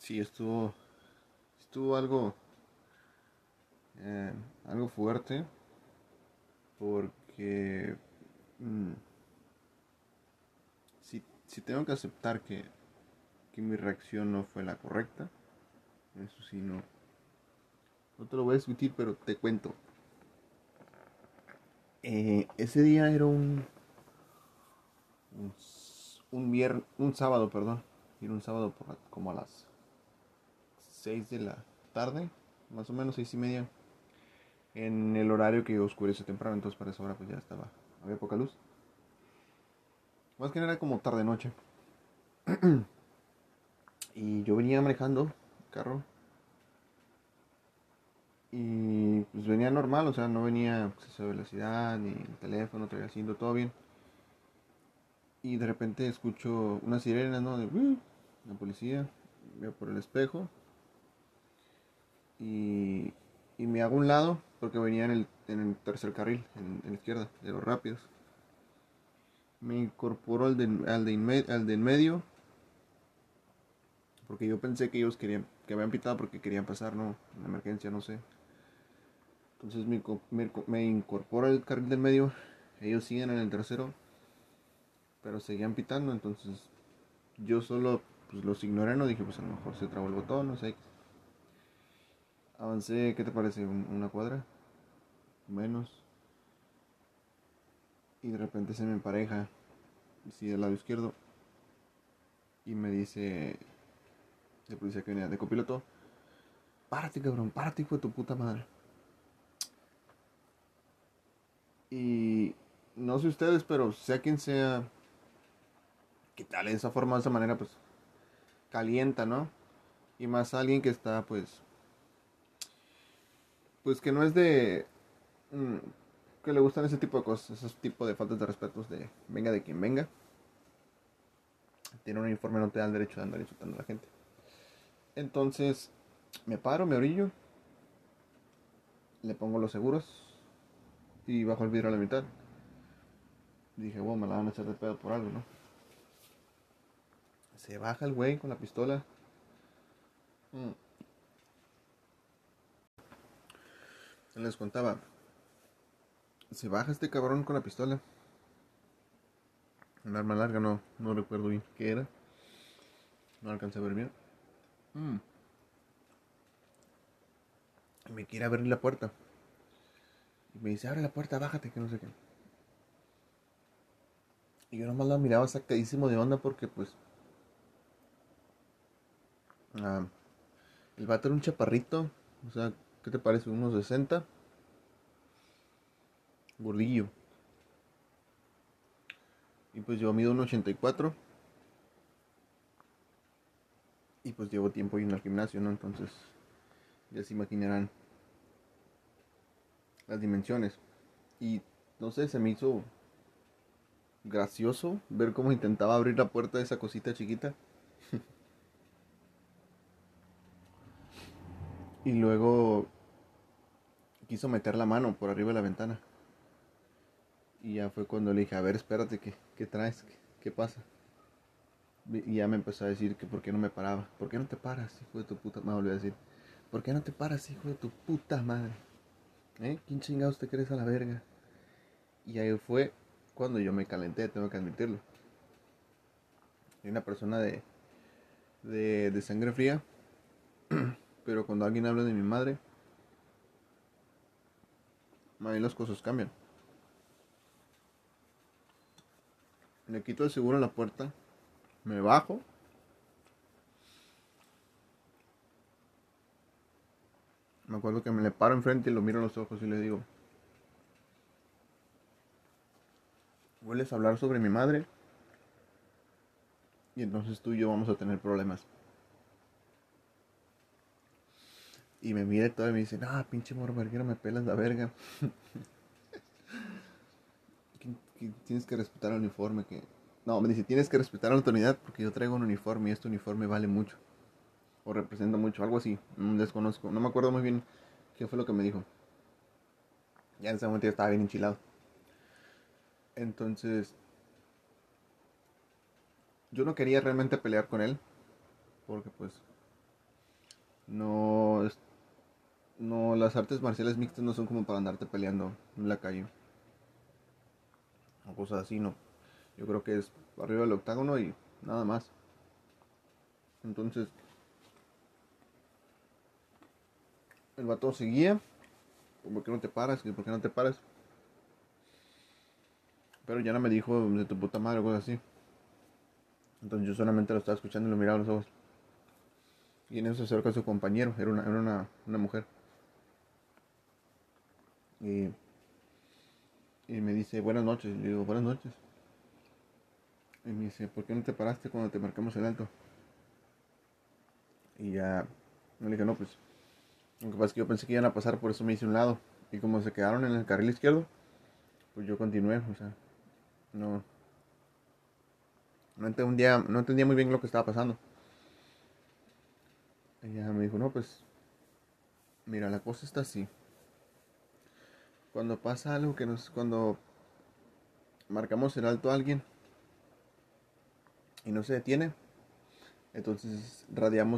Sí, estuvo algo fuerte porque mm, si tengo que aceptar que mi reacción no fue la correcta. Eso sí, no te lo voy a discutir, pero te cuento. Ese día era un sábado, perdón. Era un sábado como a las 6 de la tarde, más o menos 6:30, en el horario que oscurece temprano, entonces para esa hora pues ya había poca luz. Más que nada era como tarde noche. Y yo venía manejando el carro y pues venía normal, o sea, no venía exceso de velocidad ni el teléfono, traía haciendo todo bien. Y de repente escucho una sirena, ¿no? De la policía, veo por el espejo y, y me hago a un lado porque venía en el tercer carril, en la izquierda, de los rápidos. Me incorporo al de en medio porque yo pensé que ellos que habían pitado porque querían pasar, ¿no? Una emergencia, no sé. Entonces me incorporo al carril del medio, ellos siguen en el tercero, pero seguían pitando, entonces yo solo pues los ignoré, no dije pues a lo mejor se trabó el botón, no sé. Avancé, ¿qué te parece? Una cuadra, menos, y de repente se me empareja, así del lado izquierdo, y me dice el policía que venía de copiloto, párate cabrón, párate hijo de tu puta madre. Y no sé ustedes, pero sea quien sea, que tal de esa forma, de esa manera, pues calienta, ¿no? Y más alguien que está, pues que no es mm, que le gustan ese tipo de cosas, esos tipos de faltas de respeto de venga de quien venga. Tiene un uniforme, no te da el derecho de andar insultando a la gente. Entonces, me paro, me orillo, le pongo los seguros y bajo el vidrio a la mitad. Dije, bueno, me la van a echar de pedo por algo, ¿no? Se baja el güey con la pistola. Mm, Les contaba, se baja este cabrón con la pistola. Un arma larga, no recuerdo bien qué era. No alcancé a ver bien. Mm, y me quiere abrir la puerta. Y me dice, abre la puerta, bájate, que no sé qué. Y yo nomás la miraba sacadísimo de onda porque, pues, ah, el vato era un chaparrito. O sea, ¿qué te parece? Unos 60, gordillo. Y pues yo mido 1,84. Y pues llevo tiempo yendo al gimnasio, ¿no? Entonces, ya se imaginarán las dimensiones. Y no sé, se me hizo gracioso ver cómo intentaba abrir la puerta de esa cosita chiquita. Y luego quiso meter la mano por arriba de la ventana. Y ya fue cuando le dije, a ver, espérate, ¿qué traes? ¿Qué pasa? Y ya me empezó a decir que por qué no me paraba. ¿Por qué no te paras, hijo de tu puta madre? Me volvió a decir, ¿por qué no te paras, hijo de tu puta madre? ¿Quién chingados te crees a la verga? Y ahí fue cuando yo me calenté, tengo que admitirlo. Soy una persona de sangre fría, pero cuando alguien habla de mi madre, ahí las cosas cambian. Le quito el seguro en la puerta, me bajo, me acuerdo que me le paro enfrente y lo miro en los ojos y le digo, ¿vuelves a hablar sobre mi madre? Y entonces tú y yo vamos a tener problemas. Y me mira y todo y me dice, no, pinche morro, no me pelas la verga. Tienes que respetar el uniforme. No, me dice, tienes que respetar la autoridad porque yo traigo un uniforme y este uniforme vale mucho. O representa mucho, algo así. Desconozco, no me acuerdo muy bien qué fue lo que me dijo. Ya en ese momento ya estaba bien enchilado. Entonces, yo no quería realmente pelear con él porque pues No, no, las artes marciales mixtas no son como para andarte peleando en la calle o cosas así, no. Yo creo que es arriba del octágono y nada más. Entonces, el vato seguía. ¿Por qué no te paras? ¿Por qué no te paras? Pero ya no me dijo de tu puta madre o cosas así. Entonces yo solamente lo estaba escuchando y lo miraba a los ojos. Y en eso se acerca su compañero, era una mujer. Y, y me dice, buenas noches. Le digo, buenas noches. Y me dice, ¿por qué no te paraste cuando te marcamos el alto? Y ya, le dije, no, pues, lo que pasa es que yo pensé que iban a pasar, por eso me hice un lado. Y como se quedaron en el carril izquierdo, pues yo continué, o sea, no, no entendía muy bien lo que estaba pasando. Y ella me dijo, no, pues, mira, la cosa está así. Cuando pasa algo cuando marcamos el alto a alguien y no se detiene, entonces radiamos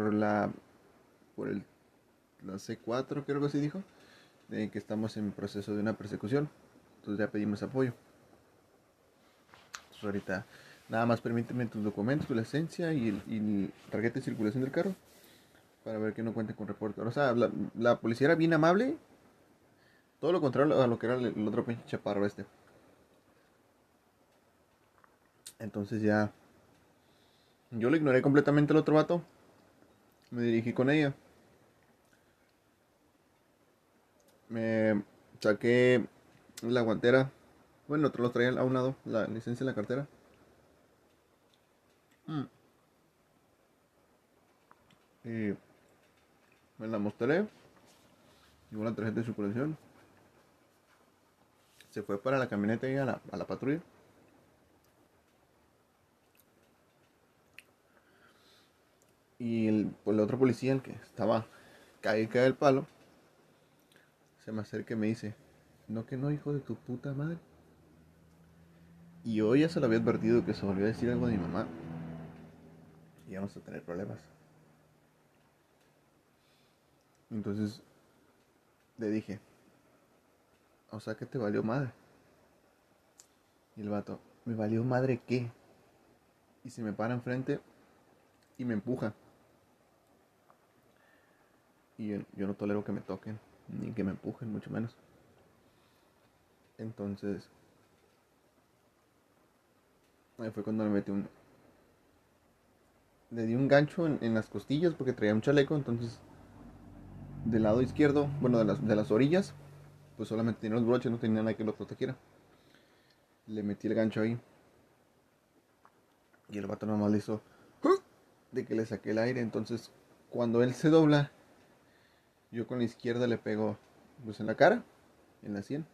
por la C4, creo que así dijo, de que estamos en proceso de una persecución. Entonces ya pedimos apoyo. Entonces ahorita nada más permíteme tus documentos, tu licencia y tarjeta de circulación del carro para ver que no cuente con reporte. O sea, la policía era bien amable, todo lo contrario a lo que era el otro pinche chaparro este. Entonces ya yo lo ignoré completamente al otro vato, me dirigí con ella, me saqué la guantera, bueno, otro lo traía a un lado, la licencia en la cartera. Mm. Y me la mostré, llegó la tarjeta de circulación, se fue para la camioneta y a la patrulla. Y pues, el otro policía, el que estaba cae el palo, se me acerca y me dice, no que no, hijo de tu puta madre. Y yo ya se lo había advertido que se volvió a decir algo de mi mamá. Y vamos a tener problemas. Entonces le dije, o sea que te valió madre. Y el vato, ¿me valió madre qué? Y se me para enfrente y me empuja. Y yo no tolero que me toquen, ni que me empujen, mucho menos. Entonces, ahí fue cuando le di un gancho en las costillas porque traía un chaleco. Entonces, del lado izquierdo, bueno, de las orillas, pues solamente tenía los broches, no tenía nada que lo protegiera. Le metí el gancho ahí. Y el vato nomás le hizo de que le saqué el aire. Entonces, cuando él se dobla, yo con la izquierda le pego pues en la cara, en la sien.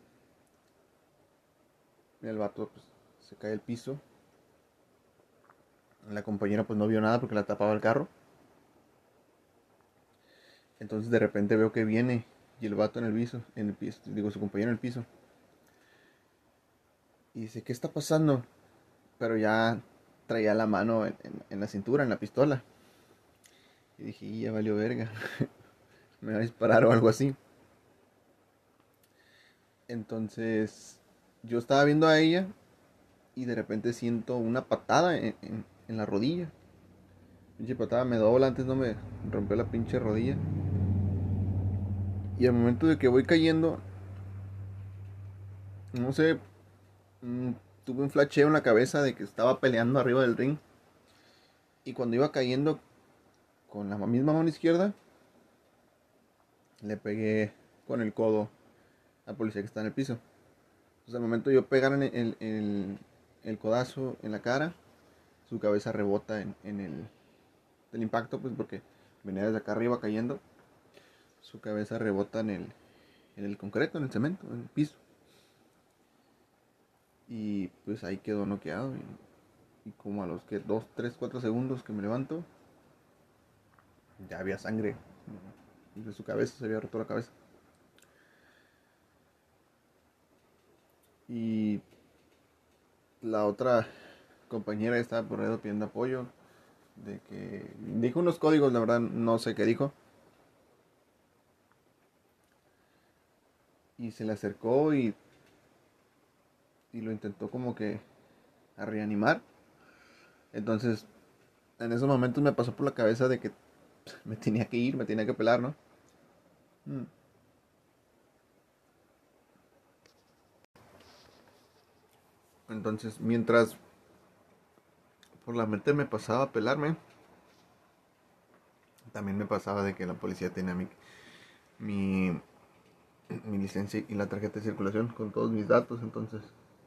Y el vato pues se cae al piso. La compañera pues no vio nada porque la tapaba el carro. Entonces de repente veo que viene y el vato en el piso, digo su compañero en el piso. Y dice, ¿qué está pasando? Pero ya traía la mano en la cintura, en la pistola. Y dije, y ya valió verga, me va a disparar o algo así. Entonces yo estaba viendo a ella y de repente siento una patada en la rodilla. Pinche patada me dobla, antes no me rompió la pinche rodilla. Y al momento de que voy cayendo, no sé, mm, tuve un flasheo en la cabeza de que estaba peleando arriba del ring. Y cuando iba cayendo con la misma mano izquierda, le pegué con el codo al policía que está en el piso. Entonces al momento de yo pegar el codazo en la cara, su cabeza rebota en el impacto, pues porque venía desde acá arriba cayendo. Su cabeza rebota en el concreto, en el cemento, en el piso. Y pues ahí quedó noqueado. Y como a los que 2, 3, 4 segundos que me levanto, ya había sangre de su cabeza, se había roto la cabeza. Y la otra compañera estaba por ahí pidiendo apoyo. De que dijo unos códigos, la verdad no sé qué dijo. y se le acercó y lo intentó como que a reanimar. Entonces, en esos momentos me pasó por la cabeza de que me tenía que ir, me tenía que pelar, ¿no? Mm. Entonces, mientras por la mente me pasaba a pelarme, también me pasaba de que la policía tenía mi, mi licencia y la tarjeta de circulación con todos mis datos. Entonces,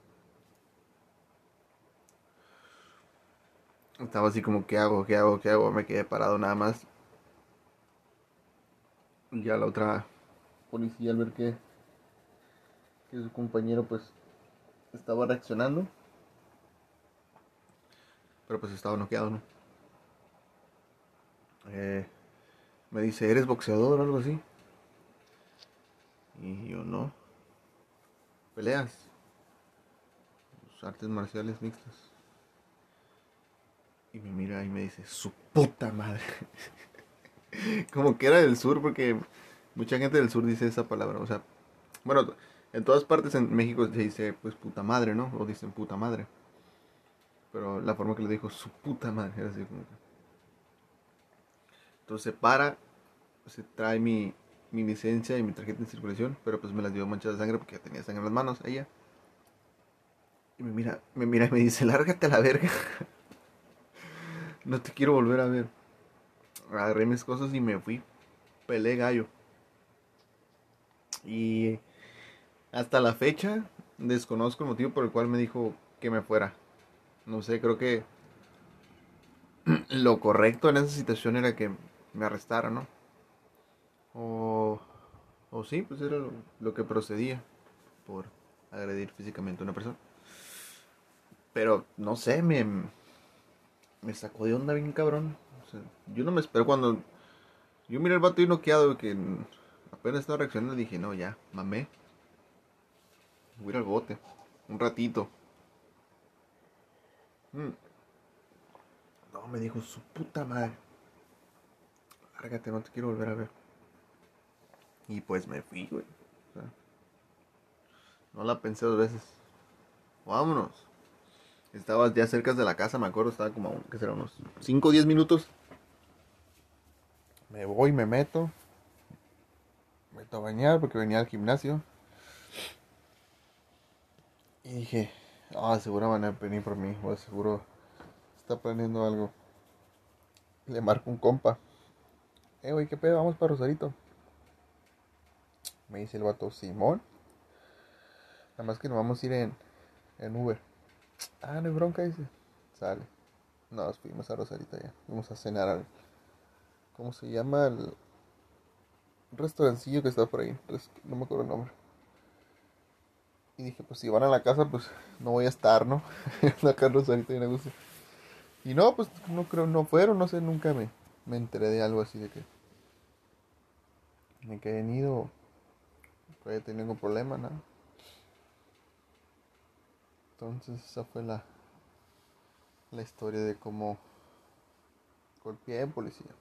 estaba así como, ¿qué hago? ¿Qué hago? ¿Qué hago? Me quedé parado nada más. Y ya la otra policía al ver que su compañero pues estaba reaccionando, pero pues estaba noqueado, ¿no? Eh, Me dice, ¿eres boxeador o algo así? Y yo, no. ¿Peleas? Pues, artes marciales mixtas. Y me mira y me dice, su puta madre. Como que era del sur, porque mucha gente del sur dice esa palabra. O sea, bueno, en todas partes en México se dice pues puta madre, ¿no? O dicen puta madre. Pero la forma que le dijo su puta madre era así como que... Entonces se para, se trae mi licencia y mi tarjeta de circulación, pero pues me las dio manchadas de sangre porque ya tenía sangre en las manos, ella. Y me mira y me dice, lárgate a la verga, no te quiero volver a ver. Agarré mis cosas y me fui, pelé gallo. Y hasta la fecha desconozco el motivo por el cual me dijo que me fuera. No sé, creo que lo correcto en esa situación era que me arrestara, ¿no? O, o sí, pues era lo que procedía por agredir físicamente a una persona. Pero no sé, me sacó de onda bien cabrón. O sea, yo no me espero cuando yo miré al vato y noqueado que apenas estaba reaccionando dije, no, ya, mamé, voy a ir al bote. Un ratito. Mm. No, me dijo su puta madre. Lárgate, no te quiero volver a ver. Y pues me fui, güey. O sea, no la pensé dos veces. Vámonos. Estaba ya cerca de la casa, me acuerdo, estaba como, ¿qué será? Unos 5 o 10 minutos. Me voy, me meto a bañar porque venía al gimnasio. Y dije, seguro van a venir por mí, o seguro está planeando algo. Le marco un compa. Güey, ¿qué pedo? Vamos para Rosarito. Me dice el vato, Simón. Nada más que nos vamos a ir en Uber. No hay bronca, dice. Sale. Nos fuimos a Rosarito ya. Fuimos a cenar al... ¿Cómo se llama? Un restaurancillo que está por ahí. No me acuerdo el nombre. Y dije, pues si van a la casa, pues no voy a estar, ¿no? Acá en Rosarito y en gusto. Y no, pues no creo, no fueron, no sé, nunca me enteré de algo así de que hayan ido, que haya tenido algún problema, nada. Entonces esa fue la historia de cómo golpeé en policía.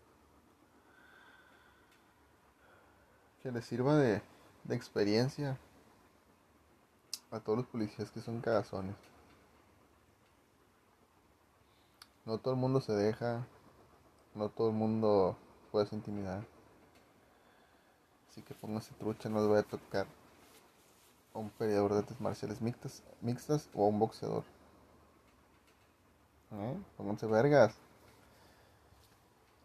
Que les sirva de experiencia a todos los policías que son cagazones. No todo el mundo se deja, no todo el mundo puede intimidar. Así que pónganse trucha, no les voy a tocar a un peleador de artes marciales mixtas o a un boxeador. Pónganse vergas.